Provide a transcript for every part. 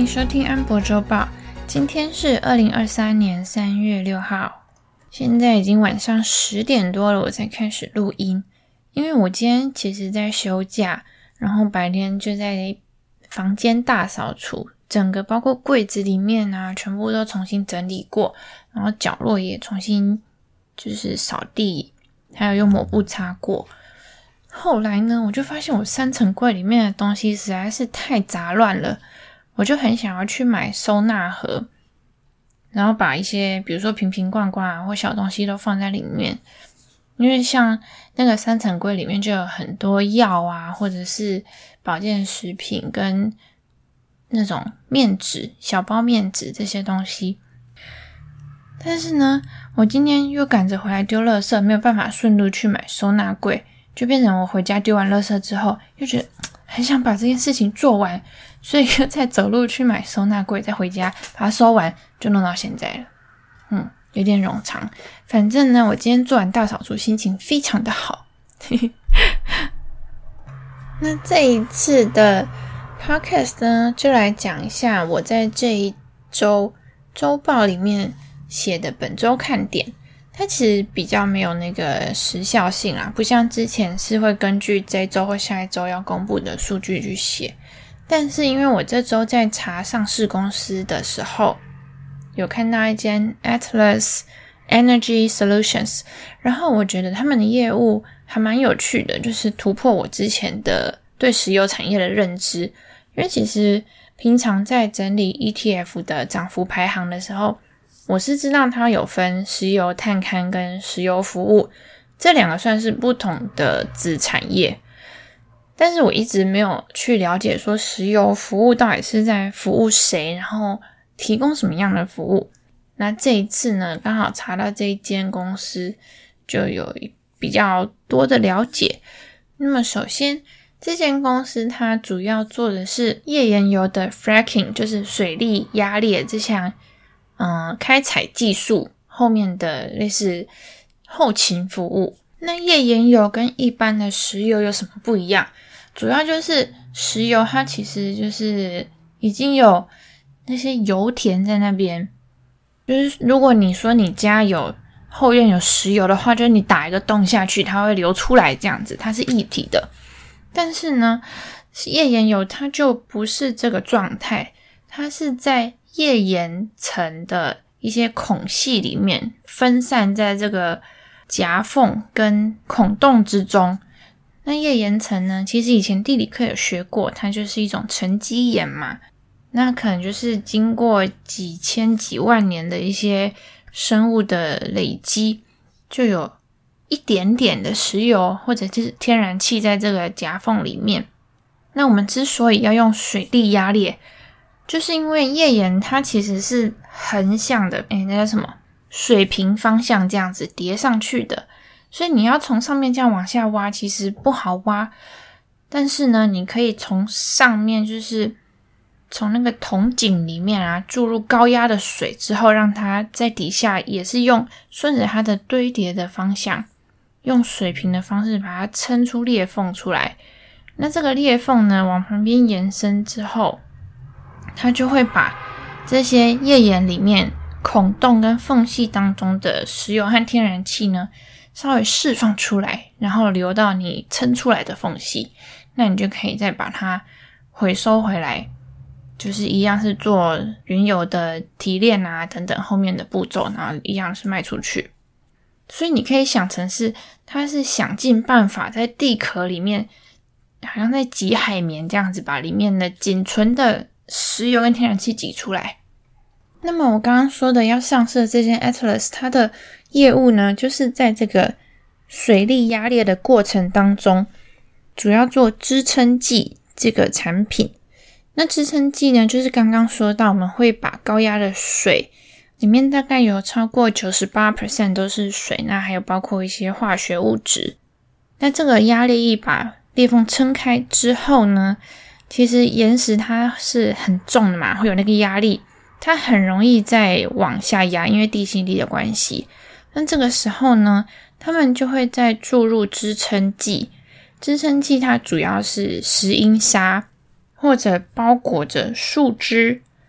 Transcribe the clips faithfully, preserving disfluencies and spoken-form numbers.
迎收听安博周报。今天是二零二三年三月六号，现在已经晚上十点多了，我才开始录音。因为我今天其实在休假，然后白天就在房间大扫除，整个包括柜子里面啊，全部都重新整理过，然后角落也重新就是扫地，还有用抹布擦过。后来呢，我就发现我三层柜里面的东西实在是太杂乱了，我就很想要去买收纳盒，然后把一些比如说瓶瓶罐罐啊或小东西都放在里面。因为像那个三层柜里面就有很多药啊，或者是保健食品跟那种面纸、小包面纸这些东西。但是呢，我今天又赶着回来丢垃圾，没有办法顺路去买收纳柜，就变成我回家丢完垃圾之后，又觉得很想把这件事情做完，所以又再走路去买收纳柜，再回家把它收完，就弄到现在了。嗯，有点冗长。反正呢，我今天做完大扫除，心情非常的好。那这一次的 podcast 呢，就来讲一下我在这一周周报里面写的本周看点。它其实比较没有那个时效性啦，不像之前是会根据这一周或下一周要公布的数据去写。但是因为我这周在查上市公司的时候，有看到一间 Atlas Energy Solutions， 然后我觉得他们的业务还蛮有趣的，就是突破我之前的对石油产业的认知。因为其实平常在整理 E T F 的涨幅排行的时候，我是知道它有分石油探勘跟石油服务，这两个算是不同的子产业，但是我一直没有去了解说石油服务到底是在服务谁，然后提供什么样的服务。那这一次呢，刚好查到这一间公司，就有比较多的了解。那么首先，这间公司它主要做的是页岩油的 fracking， 就是水力压裂这项嗯，开采技术后面的类似后勤服务。那页岩油跟一般的石油有什么不一样？主要就是石油它其实就是已经有那些油田在那边，就是如果你说你家有后院有石油的话，就是你打一个洞下去，它会流出来这样子，它是液体的。但是呢，页岩油它就不是这个状态，它是在页岩层的一些孔隙里面分散在这个夹缝跟孔洞之中。那页岩层呢，其实以前地理课有学过，它就是一种沉积岩嘛，那可能就是经过几千几万年的一些生物的累积，就有一点点的石油或者是天然气在这个夹缝里面。那我们之所以要用水力压裂，就是因为页岩它其实是横向的，诶那叫什么？水平方向这样子叠上去的，所以你要从上面这样往下挖，其实不好挖。但是呢，你可以从上面，就是从那个铜井里面啊，注入高压的水之后，让它在底下也是用顺着它的堆叠的方向，用水平的方式把它撑出裂缝出来。那这个裂缝呢，往旁边延伸之后，它就会把这些页岩里面孔洞跟缝隙当中的石油和天然气呢，稍微释放出来，然后流到你撑出来的缝隙，那你就可以再把它回收回来，就是一样是做原油的提炼啊等等后面的步骤，然后一样是卖出去。所以你可以想成是它是想尽办法在地壳里面好像在挤海绵这样子，把里面的仅存的石油跟天然气挤出来。那么我刚刚说的要上市的这间 Atlas， 它的业务呢，就是在这个水力压裂的过程当中，主要做支撑剂这个产品。那支撑剂呢，就是刚刚说到我们会把高压的水，里面大概有超过 百分之九十八 都是水，那还有包括一些化学物质。那这个压裂液把裂缝撑开之后呢，其实岩石它是很重的嘛，会有那个压力，它很容易再往下压，因为地心力的关系。那这个时候呢，他们就会再注入支撑剂。支撑剂它主要是石英砂或者包裹着树枝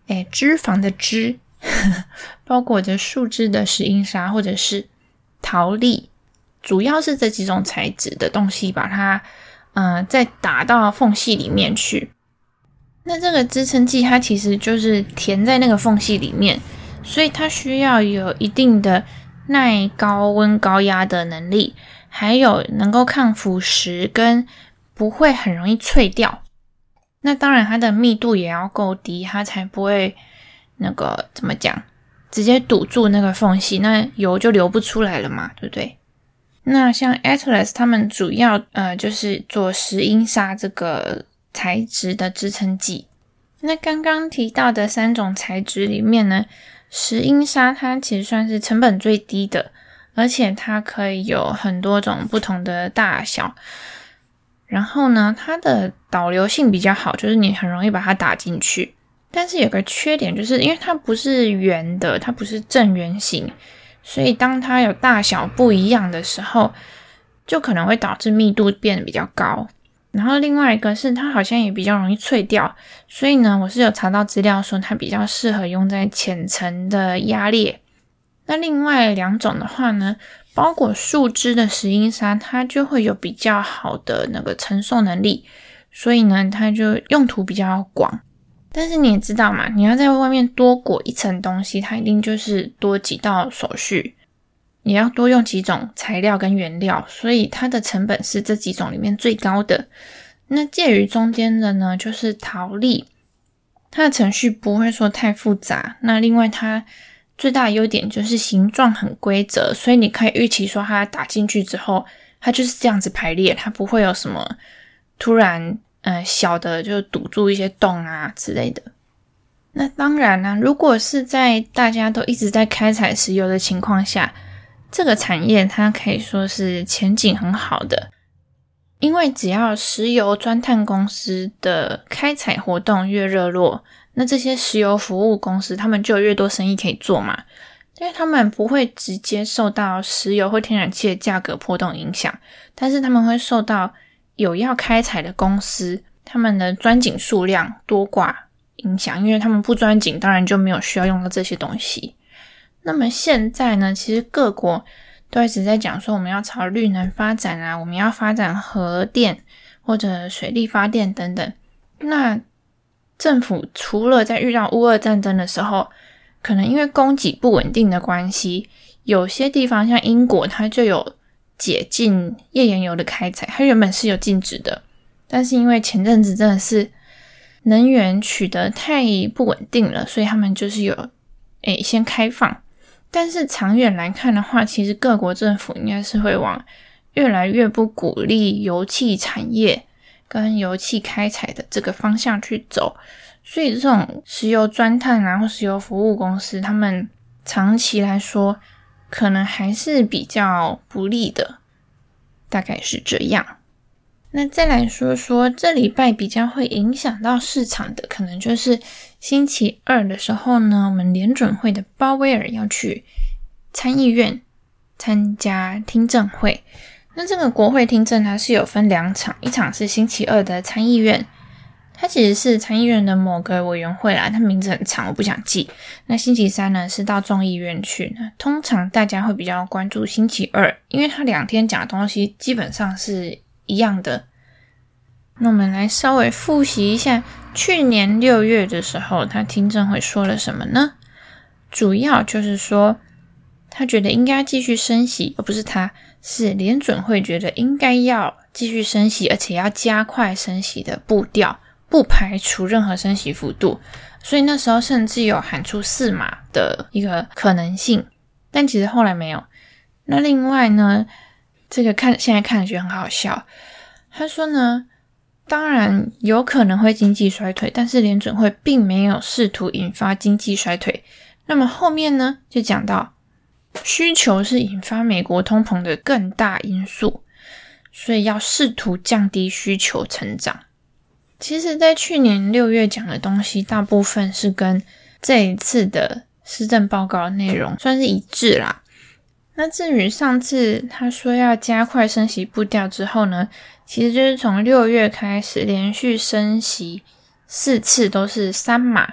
诶脂肪的脂包裹着树脂的石英砂或者是陶粒，主要是这几种材质的东西把它呃再打到缝隙里面去。那这个支撑剂它其实就是填在那个缝隙里面，所以它需要有一定的耐高温高压的能力，还有能够抗腐蚀跟不会很容易脆掉。那当然它的密度也要够低，它才不会那个怎么讲直接堵住那个缝隙，那油就流不出来了嘛，对不对？那像 Atlas 他们主要呃就是做石英砂这个材质的支撑剂。那刚刚提到的三种材质里面呢，石英砂它其实算是成本最低的，而且它可以有很多种不同的大小。然后呢，它的导流性比较好，就是你很容易把它打进去。但是有个缺点，就是因为它不是圆的，它不是正圆形，所以当它有大小不一样的时候，就可能会导致密度变得比较高。然后另外一个是它好像也比较容易脆掉，所以呢，我是有查到资料说它比较适合用在浅层的压裂。那另外两种的话呢，包裹树脂的石英砂它就会有比较好的那个承受能力，所以呢它就用途比较广。但是你也知道嘛，你要在外面多裹一层东西，它一定就是多几道手续，也要多用几种材料跟原料，所以它的成本是这几种里面最高的。那介于中间的呢就是陶粒，它的程序不会说太复杂，那另外它最大的优点就是形状很规则，所以你可以预期说它打进去之后它就是这样子排列，它不会有什么突然呃小的就堵住一些洞啊之类的。那当然啦、啊，如果是在大家都一直在开采石油的情况下，这个产业它可以说是前景很好的，因为只要石油钻探公司的开采活动越热络，那这些石油服务公司他们就有越多生意可以做嘛，因为他们不会直接受到石油或天然气的价格波动影响，但是他们会受到有要开采的公司他们的钻井数量多寡影响，因为他们不钻井当然就没有需要用到这些东西。那么现在呢，其实各国都一直在讲说我们要朝绿能发展啊，我们要发展核电或者水力发电等等。那政府除了在遇到乌俄战争的时候，可能因为供给不稳定的关系，有些地方像英国它就有解禁页岩油的开采，它原本是有禁止的，但是因为前阵子真的是能源取得太不稳定了，所以他们就是有诶先开放。但是长远来看的话，其实各国政府应该是会往越来越不鼓励油气产业跟油气开采的这个方向去走，所以这种石油钻探啊或石油服务公司，他们长期来说可能还是比较不利的，大概是这样。那再来说说这礼拜比较会影响到市场的，可能就是星期二的时候呢，我们联准会的鲍威尔要去参议院参加听证会。那这个国会听证它是有分两场，一场是星期二的参议院，它其实是参议院的某个委员会啦，它名字很长我不想记。那星期三呢是到众议院去，那通常大家会比较关注星期二，因为它两天讲的东西基本上是一样的。那我们来稍微复习一下去年六月的时候他听证会说了什么呢？主要就是说他觉得应该继续升息，而不是他是联准会觉得应该要继续升息，而且要加快升息的步调，不排除任何升息幅度，所以那时候甚至有喊出四码的一个可能性，但其实后来没有。那另外呢，这个看现在看觉得很好笑，他说呢当然有可能会经济衰退，但是联准会并没有试图引发经济衰退。那么后面呢就讲到需求是引发美国通膨的更大因素，所以要试图降低需求成长。其实在去年六月讲的东西大部分是跟这一次的施政报告的内容算是一致啦。那至于上次他说要加快升息步调之后呢，其实就是从六月开始连续升息四次都是三码，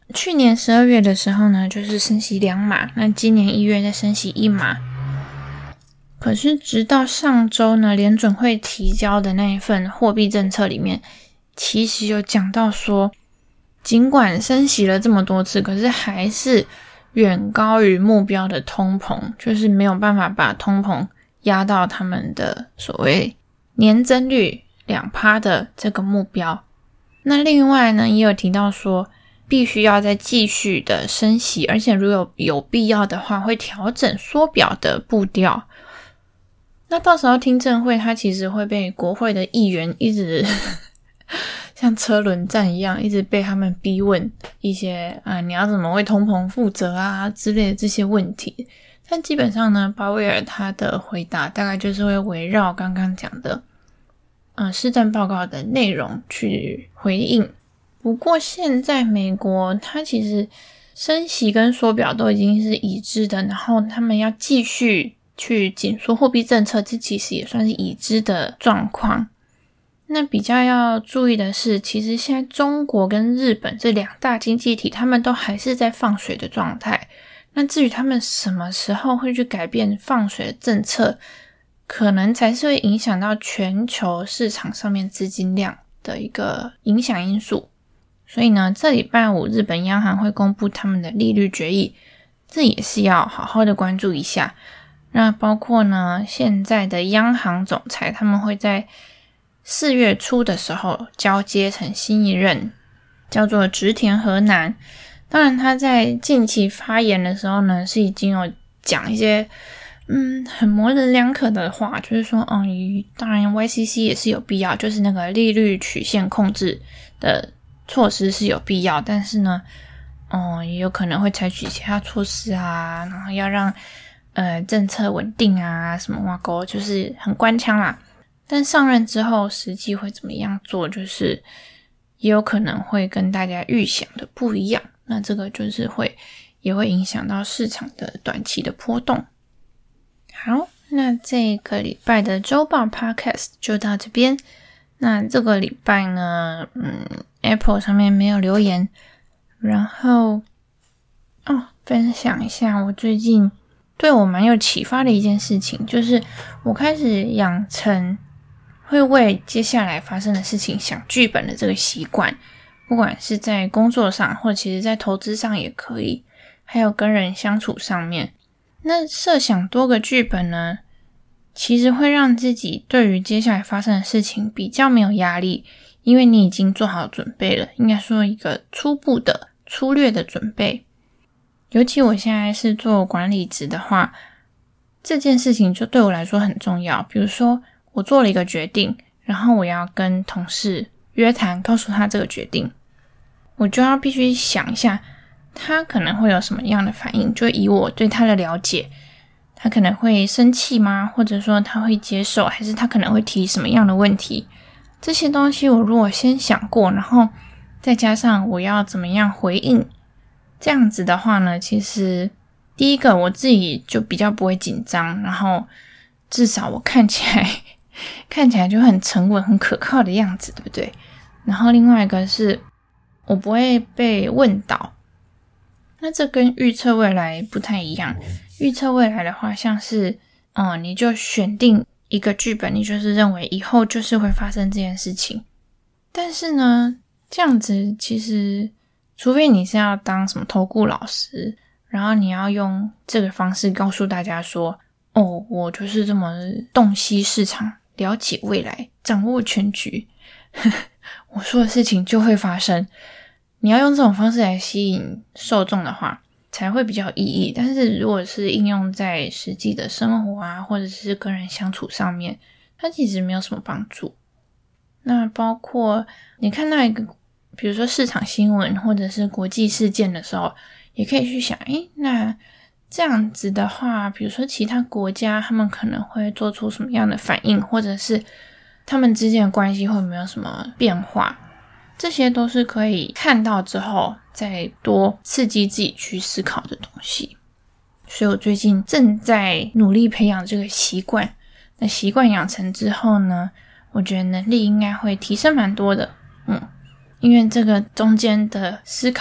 去年十二月的时候呢，就是升息两码，那今年一月再升息一码。可是直到上周呢，联准会提交的那一份货币政策里面，其实有讲到说，尽管升息了这么多次，可是还是远高于目标的通膨，就是没有办法把通膨压到他们的所谓年增率 百分之二 的这个目标。那另外呢，也有提到说必须要再继续的升息，而且如果有有必要的话，会调整缩表的步调。那到时候听证会，它其实会被国会的议员一直像车轮战一样，一直被他们逼问一些啊，你要怎么为通膨负责啊之类的这些问题。但基本上呢，鲍威尔他的回答大概就是会围绕刚刚讲的呃施政报告的内容去回应。不过现在美国它其实升息跟缩表都已经是已知的，然后他们要继续去紧缩货币政策，这其实也算是已知的状况。那比较要注意的是，其实现在中国跟日本这两大经济体，他们都还是在放水的状态。那至于他们什么时候会去改变放水的政策，可能才是会影响到全球市场上面资金量的一个影响因素。所以呢，这礼拜五日本央行会公布他们的利率决议，这也是要好好的关注一下。那包括呢，现在的央行总裁他们会在四月初的时候交接成新一任，叫做植田和男。当然他在近期发言的时候呢，是已经有讲一些嗯很模棱两可的话，就是说嗯，当然 Y C C 也是有必要，就是那个利率曲线控制的措施是有必要，但是呢嗯，也有可能会采取其他措施啊，然后要让呃政策稳定啊什么挖沟，就是很官腔啦。但上任之后实际会怎么样做，就是也有可能会跟大家预想的不一样，那这个就是会也会影响到市场的短期的波动。好，那这个礼拜的周报 podcast 就到这边。那这个礼拜呢嗯 Apple 上面没有留言，然后哦分享一下我最近对我蛮有启发的一件事情，就是我开始养成会为接下来发生的事情想剧本的这个习惯，不管是在工作上，或者其实在投资上也可以，还有跟人相处上面。那设想多个剧本呢，其实会让自己对于接下来发生的事情比较没有压力，因为你已经做好准备了，应该说一个初步的粗略的准备。尤其我现在是做管理职的话，这件事情就对我来说很重要。比如说我做了一个决定，然后我要跟同事约谈，告诉他这个决定，我就要必须想一下他可能会有什么样的反应，就以我对他的了解，他可能会生气吗？或者说他会接受，还是他可能会提什么样的问题？这些东西我如果先想过，然后再加上我要怎么样回应，这样子的话呢，其实第一个我自己就比较不会紧张，然后至少我看起来看起来就很沉稳很可靠的样子，对不对？然后另外一个是我不会被问倒，那这跟预测未来不太一样。预测未来的话，像是嗯，你就选定一个剧本，你就是认为以后就是会发生这件事情。但是呢，这样子其实除非你是要当什么投顾老师，然后你要用这个方式告诉大家说，哦，我就是这么洞悉市场，了解未来，掌握全局我说的事情就会发生。你要用这种方式来吸引受众的话，才会比较有意义。但是如果是应用在实际的生活啊，或者是跟人相处上面，它其实没有什么帮助。那包括你看到一个比如说市场新闻或者是国际事件的时候，也可以去想，诶，那这样子的话，比如说其他国家他们可能会做出什么样的反应，或者是他们之间的关系会没有什么变化，这些都是可以看到之后再多刺激自己去思考的东西。所以我最近正在努力培养这个习惯，那习惯养成之后呢，我觉得能力应该会提升蛮多的。嗯，因为这个中间的思考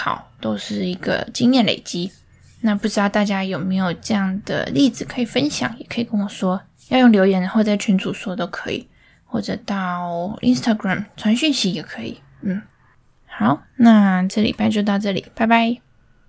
都是一个经验累积。那不知道大家有没有这样的例子可以分享，也可以跟我说，要用留言或在群组说都可以，或者到 Instagram 传讯息也可以。嗯，好，那这礼拜就到这里，拜拜。